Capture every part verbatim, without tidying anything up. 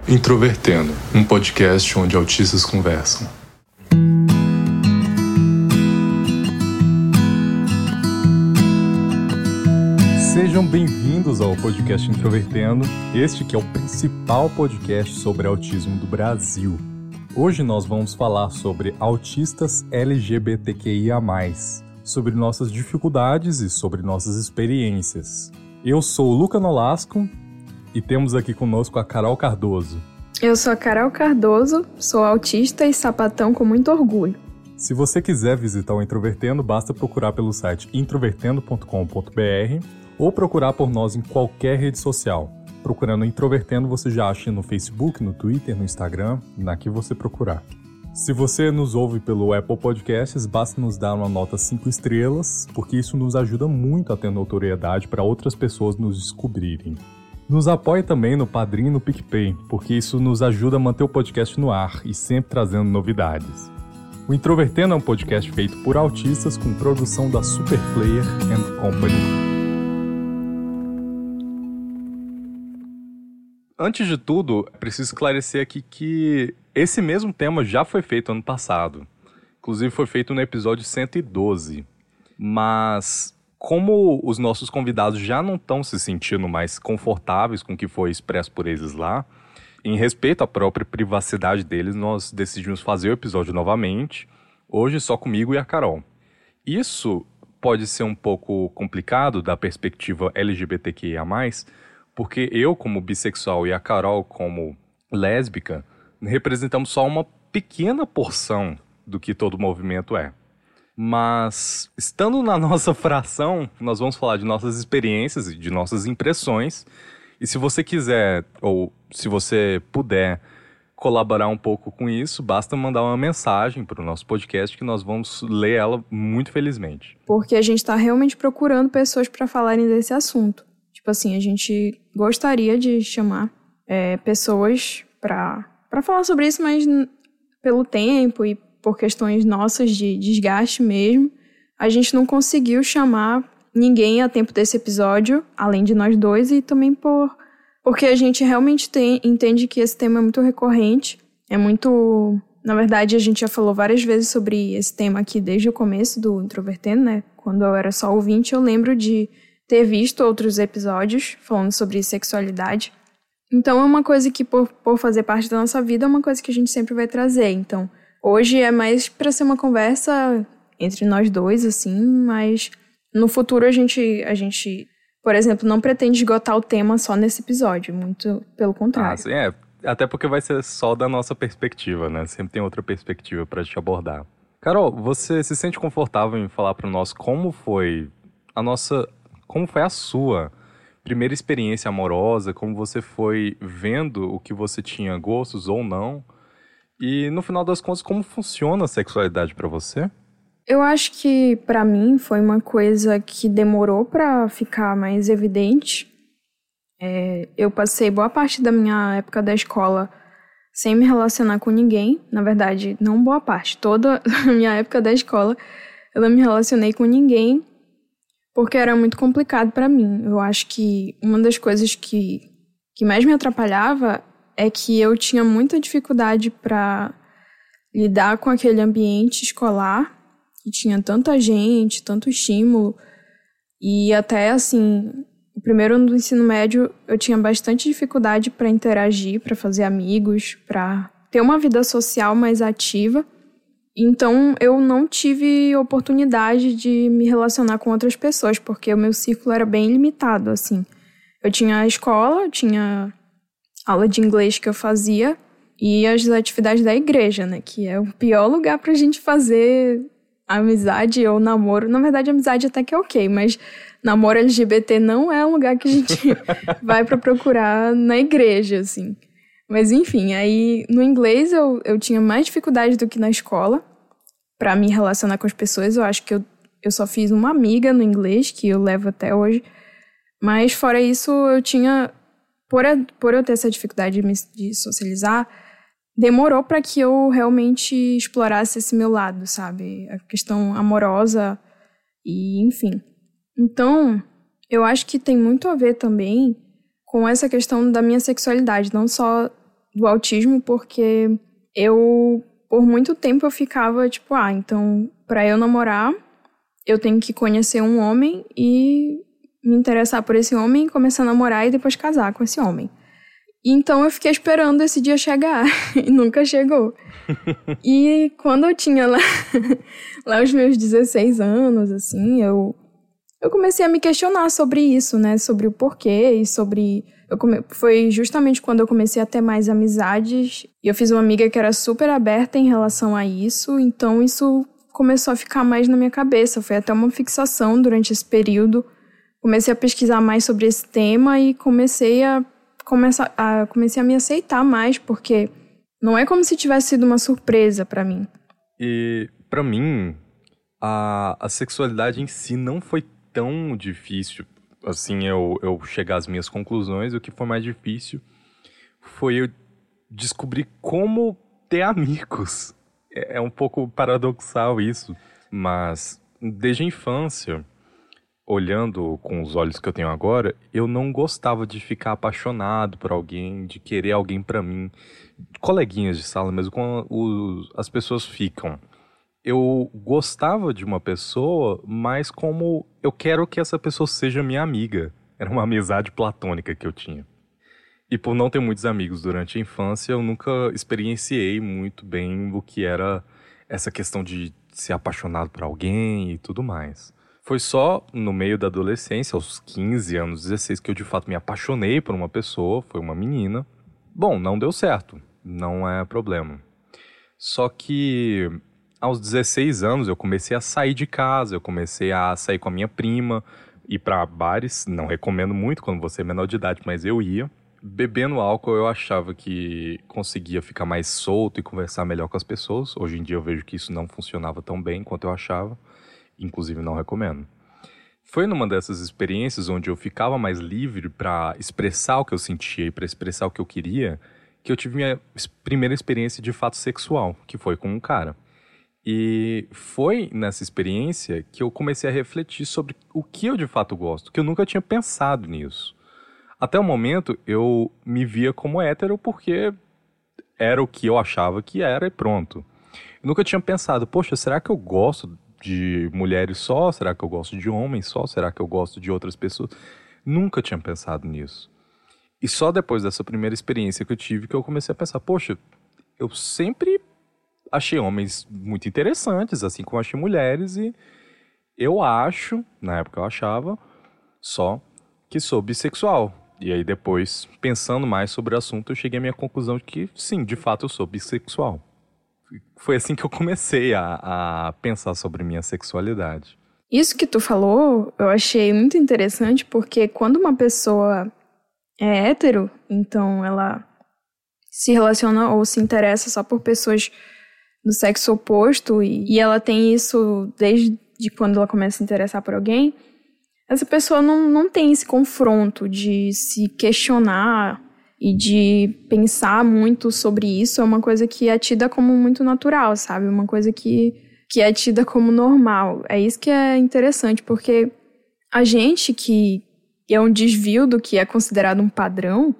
Introvertendo, um podcast onde autistas conversam. Sejam bem-vindos ao podcast Introvertendo, este que é o principal podcast sobre autismo do Brasil. Hoje nós vamos falar sobre autistas L G B T Q I A mais, sobre nossas dificuldades e sobre nossas experiências. Eu sou o Luca Nolasco e temos aqui conosco a Carol Cardoso. Eu sou a Carol Cardoso, sou autista e sapatão com muito orgulho. Se você quiser visitar o Introvertendo, basta procurar pelo site introvertendo ponto com ponto b r ou procurar por nós em qualquer rede social. Procurando Introvertendo, você já acha no Facebook, no Twitter, no Instagram, na que você procurar. Se você nos ouve pelo Apple Podcasts, basta nos dar uma nota cinco estrelas, porque isso nos ajuda muito a ter notoriedade para outras pessoas nos descobrirem. Nos apoie também no Padrim e no PicPay, porque isso nos ajuda a manter o podcast no ar e sempre trazendo novidades. O Introvertendo é um podcast feito por autistas com produção da Superplayer and Company. Antes de tudo, preciso esclarecer aqui que esse mesmo tema já foi feito ano passado. Inclusive foi feito no episódio cento e doze. Mas como os nossos convidados já não estão se sentindo mais confortáveis com o que foi expresso por eles lá, em respeito à própria privacidade deles, nós decidimos fazer o episódio novamente, hoje só comigo e a Carol. Isso pode ser um pouco complicado da perspectiva L G B T Q I A mais, porque eu, como bissexual, e a Carol, como lésbica, representamos só uma pequena porção do que todo movimento é. Mas, estando na nossa fração, nós vamos falar de nossas experiências e de nossas impressões. E se você quiser, ou se você puder colaborar um pouco com isso, basta mandar uma mensagem para o nosso podcast que nós vamos ler ela muito felizmente. Porque a gente está realmente procurando pessoas para falarem desse assunto. Tipo assim, a gente gostaria de chamar é, pessoas para para falar sobre isso, mas pelo tempo e por questões nossas de desgaste mesmo, a gente não conseguiu chamar ninguém a tempo desse episódio, além de nós dois, e também por, porque a gente realmente tem, entende que esse tema é muito recorrente, é muito... Na verdade, a gente já falou várias vezes sobre esse tema aqui desde o começo do Introvertendo, né? Quando eu era só ouvinte, eu lembro de ter visto outros episódios falando sobre sexualidade. Então, é uma coisa que, por, por fazer parte da nossa vida, é uma coisa que a gente sempre vai trazer. Então, hoje é mais para ser uma conversa entre nós dois, assim, mas no futuro a gente, a gente, por exemplo, não pretende esgotar o tema só nesse episódio, muito pelo contrário. Ah, sim, é. Até porque vai ser só da nossa perspectiva, né? Sempre tem outra perspectiva pra te abordar. Carol, você se sente confortável em falar para nós como foi a nossa, como foi a sua primeira experiência amorosa, como você foi vendo o que você tinha gostos ou não? E, no final das contas, como funciona a sexualidade pra você? Eu acho que, pra mim, foi uma coisa que demorou pra ficar mais evidente. É, eu passei boa parte da minha época da escola sem me relacionar com ninguém. Na verdade, não boa parte. Toda a minha época da escola, eu não me relacionei com ninguém porque era muito complicado pra mim. Eu acho que uma das coisas que, que mais me atrapalhava é que eu tinha muita dificuldade para lidar com aquele ambiente escolar, que tinha tanta gente, tanto estímulo, e até, assim, o primeiro ano do ensino médio eu tinha bastante dificuldade para interagir, para fazer amigos, para ter uma vida social mais ativa. Então, eu não tive oportunidade de me relacionar com outras pessoas, porque o meu círculo era bem limitado, assim. Eu tinha a escola, eu tinha aula de inglês que eu fazia e as atividades da igreja, né? Que é o pior lugar pra gente fazer amizade ou namoro. Na verdade, amizade até que é ok, mas namoro L G B T não é um lugar que a gente vai pra procurar na igreja, assim. Mas enfim, aí no inglês eu, eu tinha mais dificuldade do que na escola pra me relacionar com as pessoas. Eu acho que eu, eu só fiz uma amiga no inglês, que eu levo até hoje. Mas fora isso, eu tinha... Por, a, por eu ter essa dificuldade de, me, de socializar, demorou pra que eu realmente explorasse esse meu lado, sabe? A questão amorosa e enfim. Então, eu acho que tem muito a ver também com essa questão da minha sexualidade, não só do autismo porque eu, por muito tempo, eu ficava tipo, ah, então, pra eu namorar, eu tenho que conhecer um homem e me interessar por esse homem, começar a namorar e depois casar com esse homem. Então eu fiquei esperando esse dia chegar e nunca chegou. E quando eu tinha lá, lá os meus dezesseis anos, assim, eu, eu comecei a me questionar sobre isso, né? Sobre o porquê e sobre... Eu come... Foi justamente quando eu comecei a ter mais amizades. E eu fiz uma amiga que era super aberta em relação a isso. Então isso começou a ficar mais na minha cabeça. Foi até uma fixação durante esse período. Comecei a pesquisar mais sobre esse tema e comecei a, começar a, comecei a me aceitar mais, porque não é como se tivesse sido uma surpresa pra mim. E pra mim, a, a sexualidade em si não foi tão difícil, assim, eu, eu chegar às minhas conclusões. O que foi mais difícil foi eu descobrir como ter amigos. É, é um pouco paradoxal isso, mas desde a infância... Olhando com os olhos que eu tenho agora, eu não gostava de ficar apaixonado por alguém, de querer alguém pra mim. Coleguinhas de sala mesmo, quando os, as pessoas ficam. Eu gostava de uma pessoa, mas como eu quero que essa pessoa seja minha amiga. Era uma amizade platônica que eu tinha. E por não ter muitos amigos durante a infância, eu nunca experienciei muito bem o que era essa questão de ser apaixonado por alguém e tudo mais. Foi só no meio da adolescência, aos quinze anos, dezesseis, que eu de fato me apaixonei por uma pessoa, foi uma menina. Bom, não deu certo, não é problema. Só que aos dezesseis anos eu comecei a sair de casa, eu comecei a sair com a minha prima, ir para bares, não recomendo muito quando você é menor de idade, mas eu ia. Bebendo álcool eu achava que conseguia ficar mais solto e conversar melhor com as pessoas. Hoje em dia eu vejo que isso não funcionava tão bem quanto eu achava. Inclusive não recomendo. Foi numa dessas experiências onde eu ficava mais livre para expressar o que eu sentia e para expressar o que eu queria, que eu tive minha primeira experiência de fato sexual, que foi com um cara. E foi nessa experiência que eu comecei a refletir sobre o que eu de fato gosto, que eu nunca tinha pensado nisso. Até o momento eu me via como hétero porque era o que eu achava que era e pronto. Eu nunca tinha pensado, poxa, será que eu gosto de mulheres só? Será que eu gosto de homens só? Será que eu gosto de outras pessoas? Nunca tinha pensado nisso. E só depois dessa primeira experiência que eu tive que eu comecei a pensar, poxa, eu sempre achei homens muito interessantes, assim como achei mulheres, e eu acho, na época eu achava, só que sou bissexual. E aí depois, pensando mais sobre o assunto, eu cheguei à minha conclusão de que sim, de fato eu sou bissexual. Foi assim que eu comecei a, a pensar sobre minha sexualidade. Isso que tu falou, eu achei muito interessante, porque quando uma pessoa é hétero, então ela se relaciona ou se interessa só por pessoas do sexo oposto, e, e ela tem isso desde quando ela começa a se interessar por alguém, essa pessoa não, não tem esse confronto de se questionar e de pensar muito sobre isso. É uma coisa que é tida como muito natural, sabe? Uma coisa que, que é tida como normal. É isso que é interessante, porque a gente que é um desvio do que é considerado um padrão,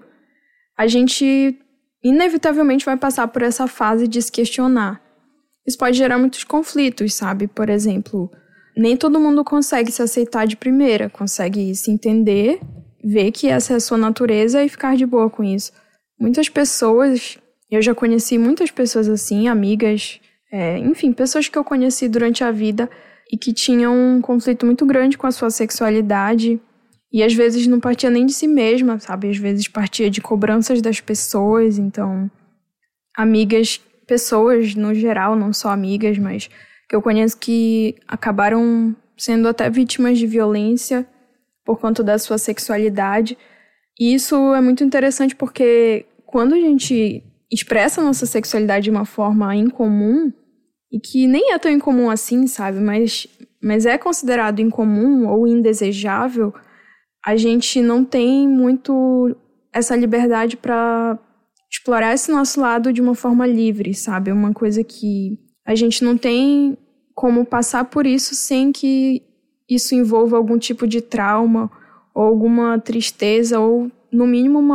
a gente inevitavelmente vai passar por essa fase de se questionar. Isso pode gerar muitos conflitos, sabe? Por exemplo, nem todo mundo consegue se aceitar de primeira, consegue se entender, ver que essa é a sua natureza e ficar de boa com isso. Muitas pessoas, eu já conheci muitas pessoas assim, amigas, é, enfim, pessoas que eu conheci durante a vida e que tinham um conflito muito grande com a sua sexualidade e às vezes não partia nem de si mesma, sabe? Às vezes partia de cobranças das pessoas, então amigas, pessoas no geral, não só amigas, mas que eu conheço que acabaram sendo até vítimas de violência por conta da sua sexualidade. E isso é muito interessante porque quando a gente expressa a nossa sexualidade de uma forma incomum, e que nem é tão incomum assim, sabe? Mas, mas é considerado incomum ou indesejável, a gente não tem muito essa liberdade para explorar esse nosso lado de uma forma livre, sabe? Uma coisa que a gente não tem como passar por isso sem que isso envolva algum tipo de trauma ou alguma tristeza ou, no mínimo, uma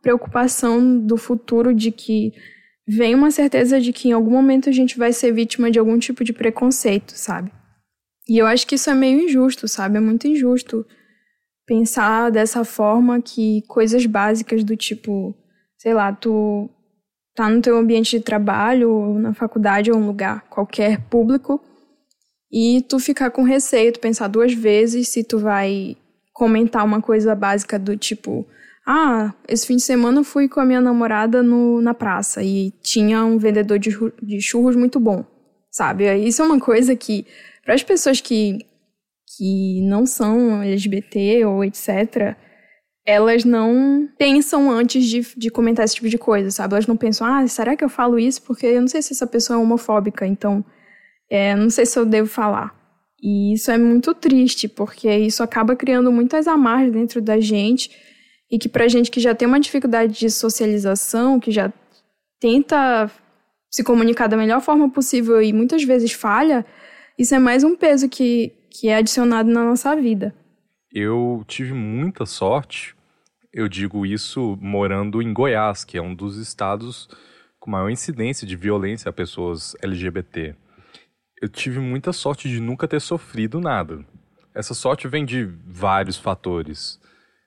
preocupação do futuro de que vem uma certeza de que em algum momento a gente vai ser vítima de algum tipo de preconceito, sabe? E eu acho que isso é meio injusto, sabe? É muito injusto pensar dessa forma que coisas básicas do tipo, sei lá, tu tá no teu ambiente de trabalho, ou na faculdade, ou um lugar qualquer público, e tu ficar com receio, tu pensar duas vezes se tu vai comentar uma coisa básica do tipo, ah, esse fim de semana eu fui com a minha namorada no, na praça e tinha um vendedor de, de churros muito bom, sabe? Isso é uma coisa que, para as pessoas que, que não são L G B T ou etcétera, elas não pensam antes de, de comentar esse tipo de coisa, sabe? Elas não pensam, ah, será que eu falo isso? Porque eu não sei se essa pessoa é homofóbica, então é, não sei se eu devo falar. E isso é muito triste, porque isso acaba criando muitas amarras dentro da gente e que pra gente que já tem uma dificuldade de socialização, que já tenta se comunicar da melhor forma possível e muitas vezes falha, isso é mais um peso que, que é adicionado na nossa vida. Eu tive muita sorte, eu digo isso morando em Goiás, que é um dos estados com maior incidência de violência a pessoas L G B T. Eu tive muita sorte de nunca ter sofrido nada. Essa sorte vem de vários fatores.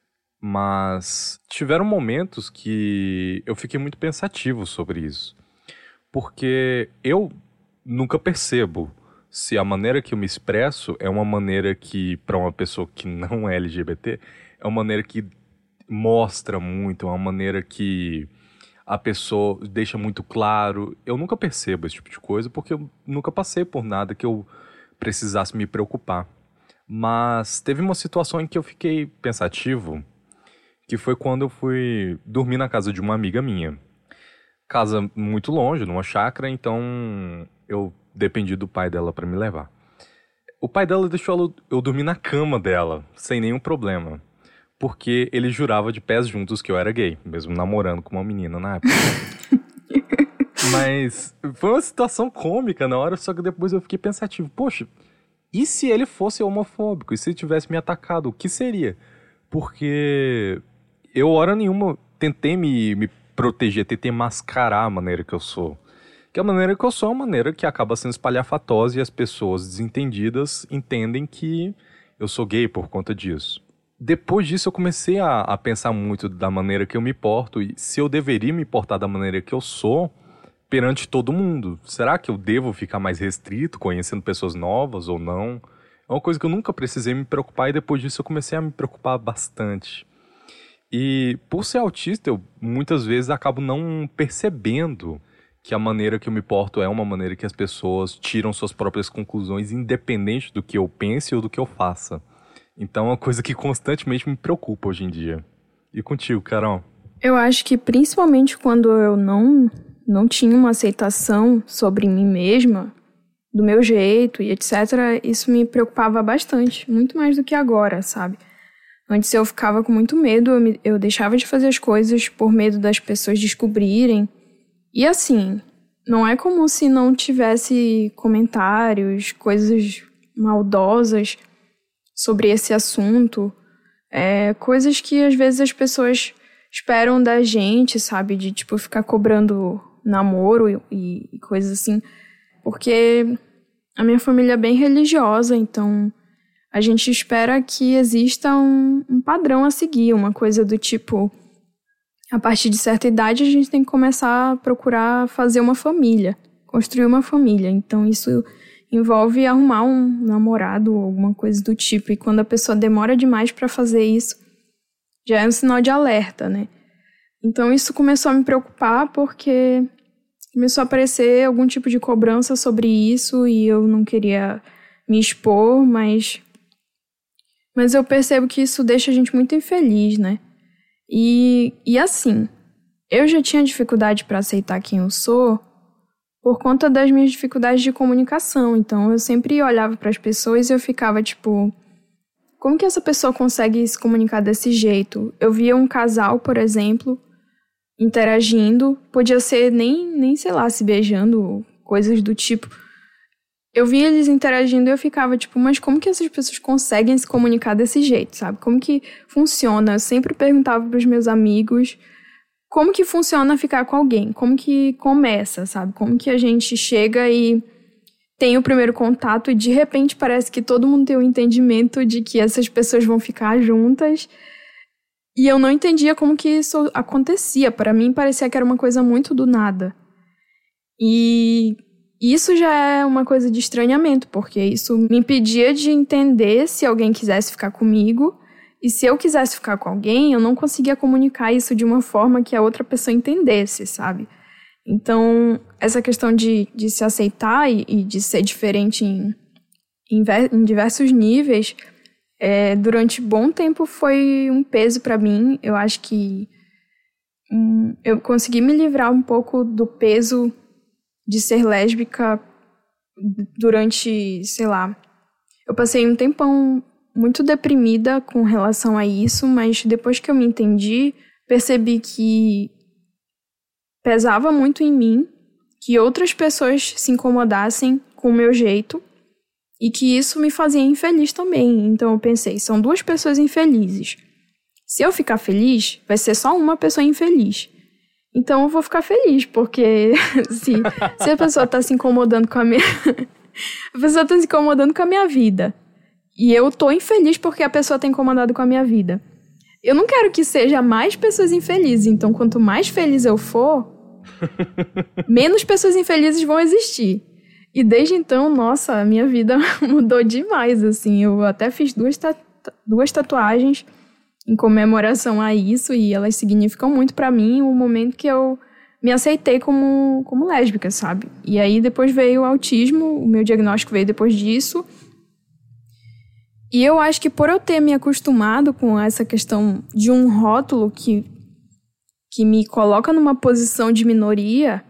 Mas tiveram momentos que eu fiquei muito pensativo sobre isso. Porque eu nunca percebo se a maneira que eu me expresso é uma maneira que, para uma pessoa que não é L G B T, é uma maneira que mostra muito, é uma maneira que a pessoa deixa muito claro. Eu nunca percebo esse tipo de coisa porque eu nunca passei por nada que eu precisasse me preocupar. Mas teve uma situação em que eu fiquei pensativo, que foi quando eu fui dormir na casa de uma amiga minha. Casa muito longe, numa chácara, então eu dependi do pai dela pra me levar. O pai dela deixou eu dormir na cama dela, sem nenhum problema. Porque ele jurava de pés juntos que eu era gay, mesmo namorando com uma menina na época. Mas foi uma situação cômica na hora, só que depois eu fiquei pensativo. Poxa, e se ele fosse homofóbico? E se ele tivesse me atacado? O que seria? Porque eu, hora nenhuma, tentei me, me proteger, tentei mascarar a maneira que eu sou. Que a maneira que eu sou é uma maneira que acaba sendo espalhafatosa e as pessoas desentendidas entendem que eu sou gay por conta disso. Depois disso eu comecei a, a pensar muito da maneira que eu me porto e se eu deveria me portar da maneira que eu sou perante todo mundo. Será que eu devo ficar mais restrito, conhecendo pessoas novas ou não? É uma coisa que eu nunca precisei me preocupar e depois disso eu comecei a me preocupar bastante. E por ser autista, eu muitas vezes acabo não percebendo que a maneira que eu me porto é uma maneira que as pessoas tiram suas próprias conclusões independente do que eu pense ou do que eu faça. Então é uma coisa que constantemente me preocupa hoje em dia. E contigo, Carol? Eu acho que principalmente quando eu não, não tinha uma aceitação sobre mim mesma, do meu jeito e etcétera, isso me preocupava bastante, muito mais do que agora, sabe? Antes eu ficava com muito medo, eu, me, eu deixava de fazer as coisas por medo das pessoas descobrirem. E assim, não é como se não tivesse comentários, coisas maldosas sobre esse assunto, é, coisas que às vezes as pessoas esperam da gente, sabe, de tipo ficar cobrando namoro e, e coisas assim, porque a minha família é bem religiosa, então a gente espera que exista um, um padrão a seguir, uma coisa do tipo, a partir de certa idade a gente tem que começar a procurar fazer uma família, construir uma família, então isso envolve arrumar um namorado ou alguma coisa do tipo. E quando a pessoa demora demais para fazer isso, já é um sinal de alerta, né? Então isso começou a me preocupar porque começou a aparecer algum tipo de cobrança sobre isso e eu não queria me expor, mas, mas eu percebo que isso deixa a gente muito infeliz, né? E, e assim, eu já tinha dificuldade para aceitar quem eu sou por conta das minhas dificuldades de comunicação. Então, eu sempre olhava para as pessoas e eu ficava, tipo, como que essa pessoa consegue se comunicar desse jeito? Eu via um casal, por exemplo, interagindo, podia ser nem, nem sei lá, se beijando, coisas do tipo. Eu via eles interagindo e eu ficava, tipo, mas como que essas pessoas conseguem se comunicar desse jeito, sabe? Como que funciona? Eu sempre perguntava para os meus amigos como que funciona ficar com alguém, como que começa, sabe? Como que a gente chega e tem o primeiro contato e de repente parece que todo mundo tem um entendimento de que essas pessoas vão ficar juntas. E eu não entendia como que isso acontecia. Para mim parecia que era uma coisa muito do nada. E isso já é uma coisa de estranhamento, porque isso me impedia de entender se alguém quisesse ficar comigo. E se eu quisesse ficar com alguém, eu não conseguia comunicar isso de uma forma que a outra pessoa entendesse, sabe? Então, essa questão de, de se aceitar e, e de ser diferente em, em, em diversos níveis, é, durante bom tempo foi um peso para mim. Eu acho que hum, eu consegui me livrar um pouco do peso de ser lésbica durante, sei lá... Eu passei um tempão muito deprimida com relação a isso, mas depois que eu me entendi, percebi que pesava muito em mim que outras pessoas se incomodassem com o meu jeito e que isso me fazia infeliz também. Então eu pensei, são duas pessoas infelizes. Se eu ficar feliz, vai ser só uma pessoa infeliz. Então eu vou ficar feliz, porque se, se a pessoa tá se incomodando com a minha... a pessoa tá se incomodando com a minha vida. E eu tô infeliz porque a pessoa tá incomodada com a minha vida. Eu não quero que seja mais pessoas infelizes. Então, quanto mais feliz eu for, menos pessoas infelizes vão existir. E desde então, nossa, a minha vida mudou demais, assim. Eu até fiz duas, tatu- duas tatuagens em comemoração a isso. E elas significam muito pra mim o momento que eu me aceitei como, como lésbica, sabe? E aí depois veio o autismo, o meu diagnóstico veio depois disso. E eu acho que por eu ter me acostumado com essa questão de um rótulo que, que me coloca numa posição de minoria,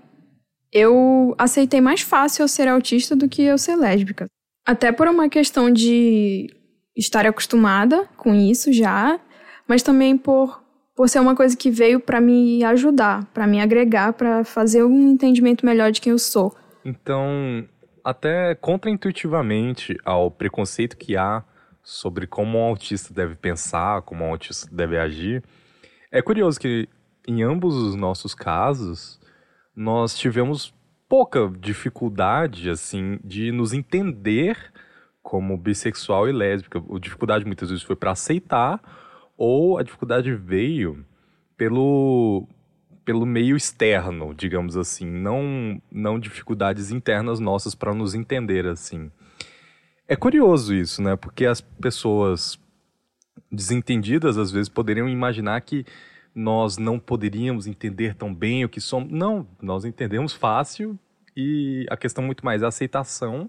eu aceitei mais fácil eu ser autista do que eu ser lésbica. Até por uma questão de estar acostumada com isso já, mas também por, por ser uma coisa que veio para me ajudar, para me agregar, para fazer um entendimento melhor de quem eu sou. Então, até contraintuitivamente ao preconceito que há sobre como um autista deve pensar, como um autista deve agir, é curioso que em ambos os nossos casos nós tivemos pouca dificuldade assim de nos entender como bissexual e lésbica. A dificuldade muitas vezes foi para aceitar, ou a dificuldade veio pelo pelo meio externo, digamos assim, não não dificuldades internas nossas para nos entender assim. É curioso isso, né? Porque as pessoas desentendidas, às vezes, poderiam imaginar que nós não poderíamos entender tão bem o que somos. Não, nós entendemos fácil e a questão muito mais é a aceitação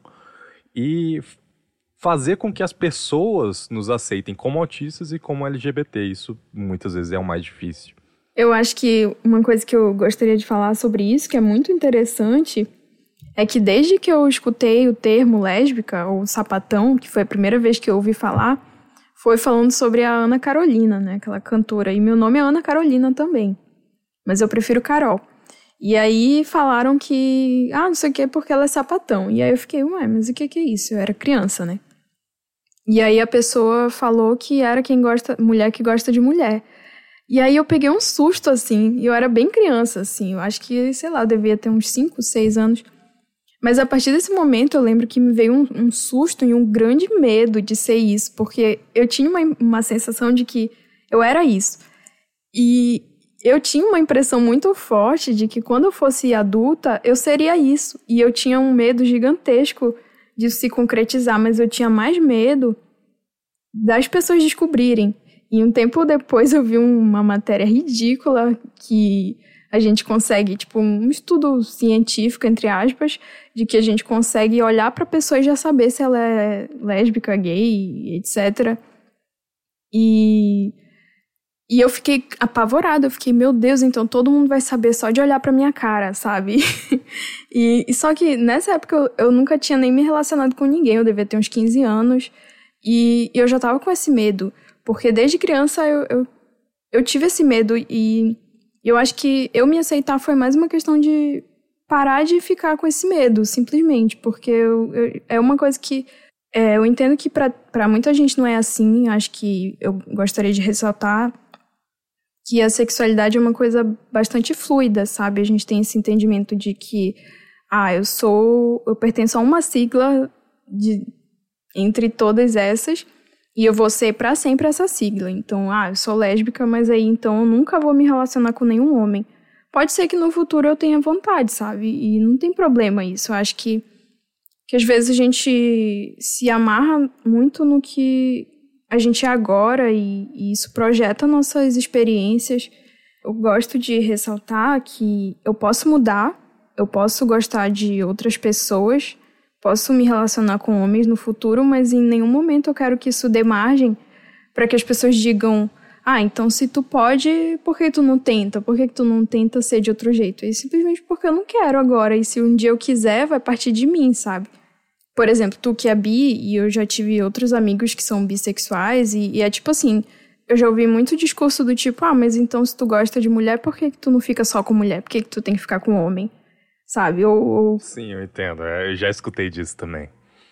e fazer com que as pessoas nos aceitem como autistas e como L G B T. Isso, muitas vezes, é o mais difícil. Eu acho que uma coisa que eu gostaria de falar sobre isso, que é muito interessante... é que desde que eu escutei o termo lésbica, ou sapatão, que foi a primeira vez que eu ouvi falar, foi falando sobre a Ana Carolina, né, aquela cantora. E meu nome é Ana Carolina também, mas eu prefiro Carol. E aí falaram que, ah, não sei o que, porque ela é sapatão. E aí eu fiquei, ué, mas o que que é isso? Eu era criança, né? E aí a pessoa falou que era quem gosta, mulher que gosta de mulher. E aí eu peguei um susto, assim, e eu era bem criança, assim, eu acho que, sei lá, eu devia ter uns cinco, seis anos. Mas a partir desse momento eu lembro que me veio um, um susto e um grande medo de ser isso, porque eu tinha uma, uma sensação de que eu era isso. E eu tinha uma impressão muito forte de que quando eu fosse adulta, eu seria isso. E eu tinha um medo gigantesco de se concretizar, mas eu tinha mais medo das pessoas descobrirem. E um tempo depois eu vi uma matéria ridícula que... a gente consegue, tipo, um estudo científico, entre aspas, de que a gente consegue olhar pra pessoa e já saber se ela é lésbica, gay, etcétera. E, e eu fiquei apavorada, eu fiquei, meu Deus, então todo mundo vai saber só de olhar pra minha cara, sabe? e, e só que nessa época eu, eu nunca tinha nem me relacionado com ninguém, eu devia ter uns quinze anos, e eu já tava com esse medo, porque desde criança eu, eu, eu tive esse medo e... E eu acho que eu me aceitar foi mais uma questão de parar de ficar com esse medo, simplesmente. Porque eu, eu, é uma coisa que... É, eu entendo que pra, pra muita gente não é assim. Acho que eu gostaria de ressaltar que a sexualidade é uma coisa bastante fluida, sabe? A gente tem esse entendimento de que, ah, eu sou, eu pertenço a uma sigla de, entre todas essas, e eu vou ser pra sempre essa sigla. Então, ah, eu sou lésbica, mas aí então eu nunca vou me relacionar com nenhum homem. Pode ser que no futuro eu tenha vontade, sabe? E não tem problema isso. Eu acho que, que às vezes a gente se amarra muito no que a gente é agora e, e isso projeta nossas experiências. Eu gosto de ressaltar que eu posso mudar, eu posso gostar de outras pessoas, posso me relacionar com homens no futuro, mas em nenhum momento eu quero que isso dê margem para que as pessoas digam: ah, então se tu pode, por que tu não tenta? Por que tu não tenta ser de outro jeito? É simplesmente porque eu não quero agora, e se um dia eu quiser, vai partir de mim, sabe? Por exemplo, tu que é bi, e eu já tive outros amigos que são bissexuais, e, e é tipo assim, eu já ouvi muito discurso do tipo: ah, mas então se tu gosta de mulher, por que que tu não fica só com mulher? Por que que tu tem que ficar com homem? Sabe? Ou, ou... Sim, eu entendo. Eu já escutei disso também.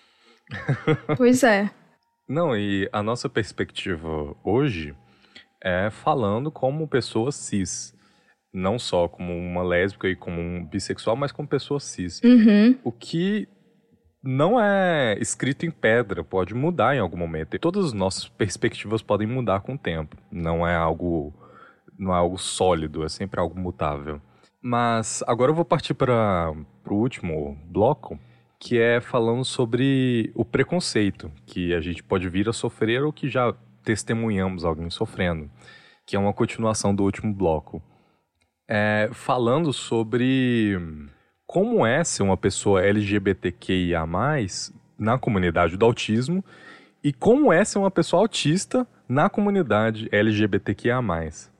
Pois é. Não, e a nossa perspectiva hoje é falando como pessoa cis. Não só como uma lésbica e como um bissexual, mas como pessoa cis. Uhum. O que não é escrito em pedra, pode mudar em algum momento. E todas as nossas perspectivas podem mudar com o tempo. Não é algo, não é algo sólido, é sempre algo mutável. Mas agora eu vou partir para o último bloco, que é falando sobre o preconceito que a gente pode vir a sofrer ou que já testemunhamos alguém sofrendo, que é uma continuação do último bloco. É, falando sobre como é ser uma pessoa L G B T Q I A mais, na comunidade do autismo, e como é ser uma pessoa autista na comunidade L G B T Q I A mais.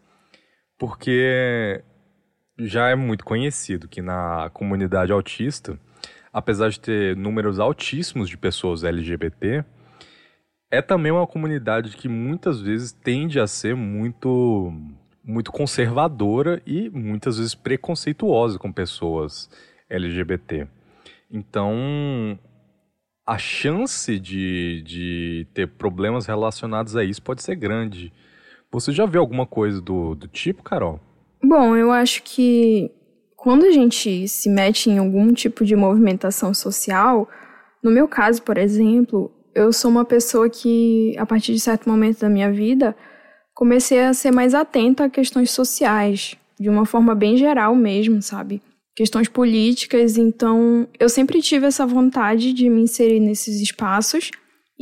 Porque já é muito conhecido que na comunidade autista, apesar de ter números altíssimos de pessoas L G B T, é também uma comunidade que muitas vezes tende a ser muito, muito conservadora e muitas vezes preconceituosa com pessoas L G B T. Então, a chance de, de ter problemas relacionados a isso pode ser grande. Você já viu alguma coisa do, do tipo, Carol? Bom, eu acho que quando a gente se mete em algum tipo de movimentação social, no meu caso, por exemplo, eu sou uma pessoa que, a partir de certo momento da minha vida, comecei a ser mais atenta a questões sociais, de uma forma bem geral mesmo, sabe? Questões políticas, então eu sempre tive essa vontade de me inserir nesses espaços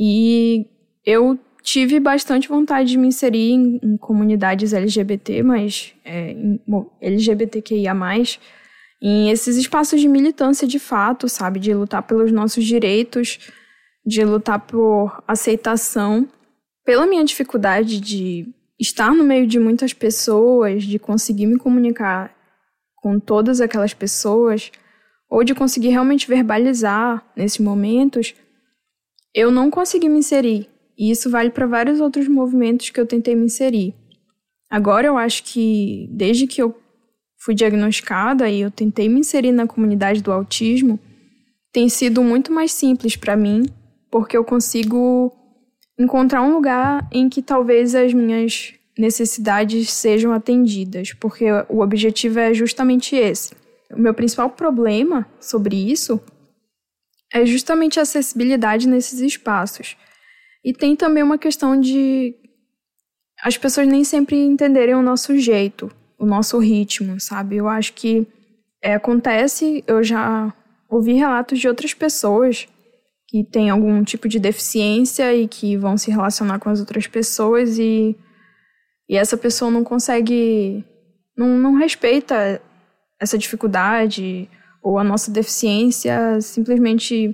e eu tive bastante vontade de me inserir em, em comunidades L G B T, mas é, em, L G B T Q I A mais, em esses espaços de militância de fato, sabe? De lutar pelos nossos direitos, de lutar por aceitação. Pela minha dificuldade de estar no meio de muitas pessoas, de conseguir me comunicar com todas aquelas pessoas, ou de conseguir realmente verbalizar nesses momentos, eu não consegui me inserir. E isso vale para vários outros movimentos que eu tentei me inserir. Agora eu acho que, desde que eu fui diagnosticada e eu tentei me inserir na comunidade do autismo, tem sido muito mais simples para mim, porque eu consigo encontrar um lugar em que talvez as minhas necessidades sejam atendidas, porque o objetivo é justamente esse. O meu principal problema sobre isso é justamente a acessibilidade nesses espaços. E tem também uma questão de as pessoas nem sempre entenderem o nosso jeito, o nosso ritmo, sabe? Eu acho que é, acontece, eu já ouvi relatos de outras pessoas que têm algum tipo de deficiência e que vão se relacionar com as outras pessoas e, e essa pessoa não consegue, não, não respeita essa dificuldade ou a nossa deficiência, simplesmente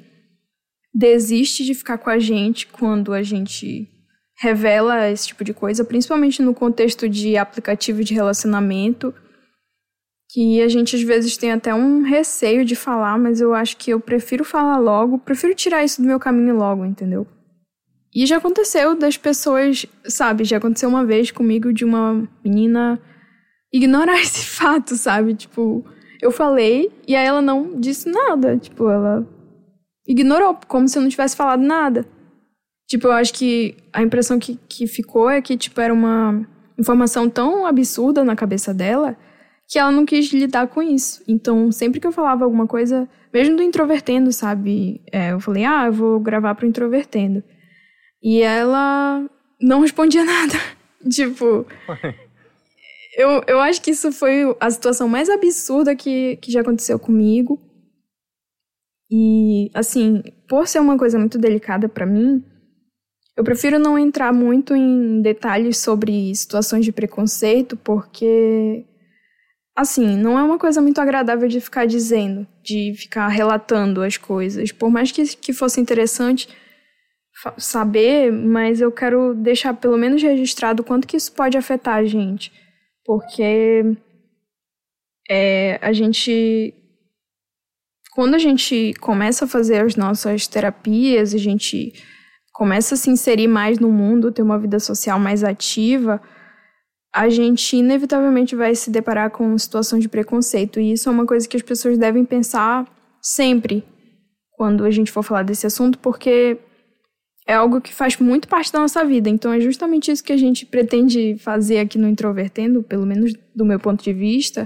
desiste de ficar com a gente quando a gente revela esse tipo de coisa, principalmente no contexto de aplicativo de relacionamento, que a gente às vezes tem até um receio de falar, mas eu acho que eu prefiro falar logo, prefiro tirar isso do meu caminho logo, entendeu? E já aconteceu das pessoas, sabe, já aconteceu uma vez comigo de uma menina ignorar esse fato, sabe? Tipo, eu falei e aí ela não disse nada, tipo, ela ignorou, como se eu não tivesse falado nada. Tipo, eu acho que a impressão que, que ficou é que, tipo, era uma, informação tão absurda na cabeça dela que ela não quis lidar com isso. Então, sempre que eu falava alguma coisa, mesmo do Introvertendo, sabe? É, eu falei, ah, eu vou gravar pro Introvertendo. E ela não respondia nada. Tipo, eu, eu acho que isso foi a situação mais absurda que, que já aconteceu comigo. E, assim, por ser uma coisa muito delicada pra mim, eu prefiro não entrar muito em detalhes sobre situações de preconceito, porque, assim, não é uma coisa muito agradável de ficar dizendo, de ficar relatando as coisas. Por mais que, que fosse interessante fa- saber, mas eu quero deixar pelo menos registrado o quanto que isso pode afetar a gente. Porque é, a gente... Quando a gente começa a fazer as nossas terapias, a gente começa a se inserir mais no mundo, ter uma vida social mais ativa, a gente inevitavelmente vai se deparar com situações de preconceito. E isso é uma coisa que as pessoas devem pensar sempre quando a gente for falar desse assunto, porque é algo que faz muito parte da nossa vida. Então é justamente isso que a gente pretende fazer aqui no Introvertendo, pelo menos do meu ponto de vista,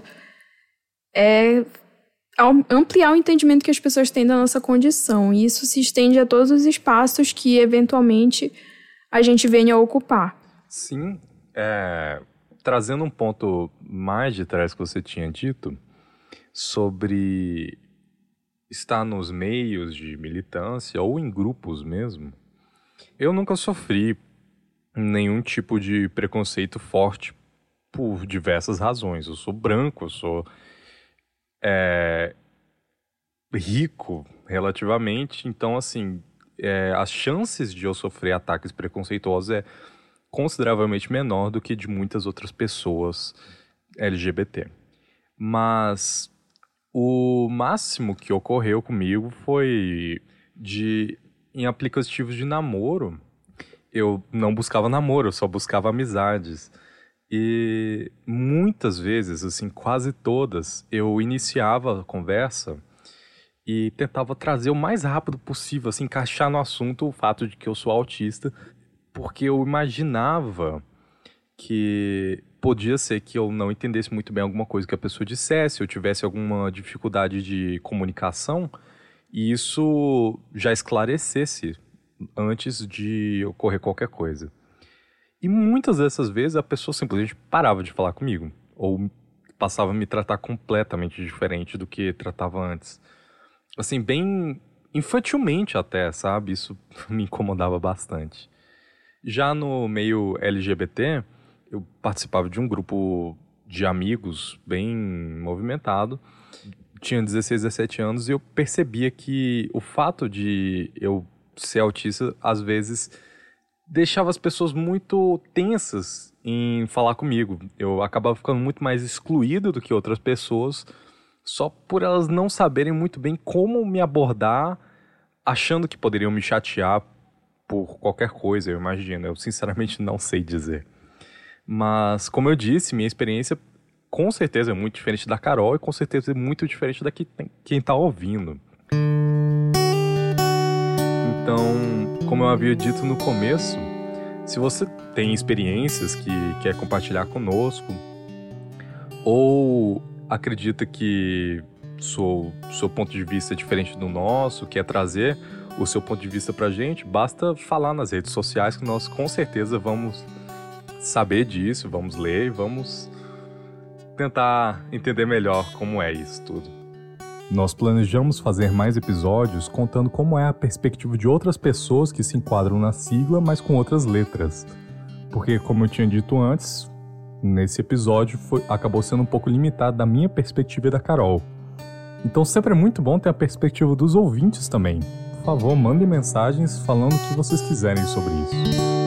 é ampliar o entendimento que as pessoas têm da nossa condição. E isso se estende a todos os espaços que, eventualmente, a gente venha a ocupar. Sim, é, trazendo um ponto mais de trás que você tinha dito, sobre estar nos meios de militância ou em grupos mesmo, eu nunca sofri nenhum tipo de preconceito forte por diversas razões. Eu sou branco, eu sou... É, rico relativamente, então assim, é, as chances de eu sofrer ataques preconceituosos é consideravelmente menor do que de muitas outras pessoas L G B T. Mas o máximo que ocorreu comigo foi de, em aplicativos de namoro, eu não buscava namoro, eu só buscava amizades. E muitas vezes, assim, quase todas, eu iniciava a conversa e tentava trazer o mais rápido possível, assim, encaixar no assunto o fato de que eu sou autista, porque eu imaginava que podia ser que eu não entendesse muito bem alguma coisa que a pessoa dissesse, eu tivesse alguma dificuldade de comunicação, e isso já esclarecesse antes de ocorrer qualquer coisa. E muitas dessas vezes a pessoa simplesmente parava de falar comigo, ou passava a me tratar completamente diferente do que tratava antes. Assim, bem infantilmente até, sabe? Isso me incomodava bastante. Já no meio L G B T, eu participava de um grupo de amigos bem movimentado. Tinha dezesseis, dezessete anos e eu percebia que o fato de eu ser autista, às vezes, deixava as pessoas muito tensas em falar comigo. Eu acabava ficando muito mais excluído do que outras pessoas, só por elas não saberem muito bem como me abordar, achando que poderiam me chatear por qualquer coisa, eu imagino. Eu sinceramente não sei dizer. Mas, como eu disse, minha experiência com certeza é muito diferente da Carol e com certeza é muito diferente da que tem, quem está ouvindo. Então, como eu havia dito no começo, se você tem experiências que quer compartilhar conosco, ou acredita que seu, seu ponto de vista é diferente do nosso, quer trazer o seu ponto de vista pra gente, basta falar nas redes sociais que nós com certeza vamos saber disso, vamos ler e vamos tentar entender melhor como é isso tudo. Nós planejamos fazer mais episódios contando como é a perspectiva de outras pessoas que se enquadram na sigla, mas com outras letras. Porque, como eu tinha dito antes, nesse episódio foi, acabou sendo um pouco limitado da minha perspectiva e da Carol. Então sempre é muito bom ter a perspectiva dos ouvintes também. Por favor, mandem mensagens falando o que vocês quiserem sobre isso.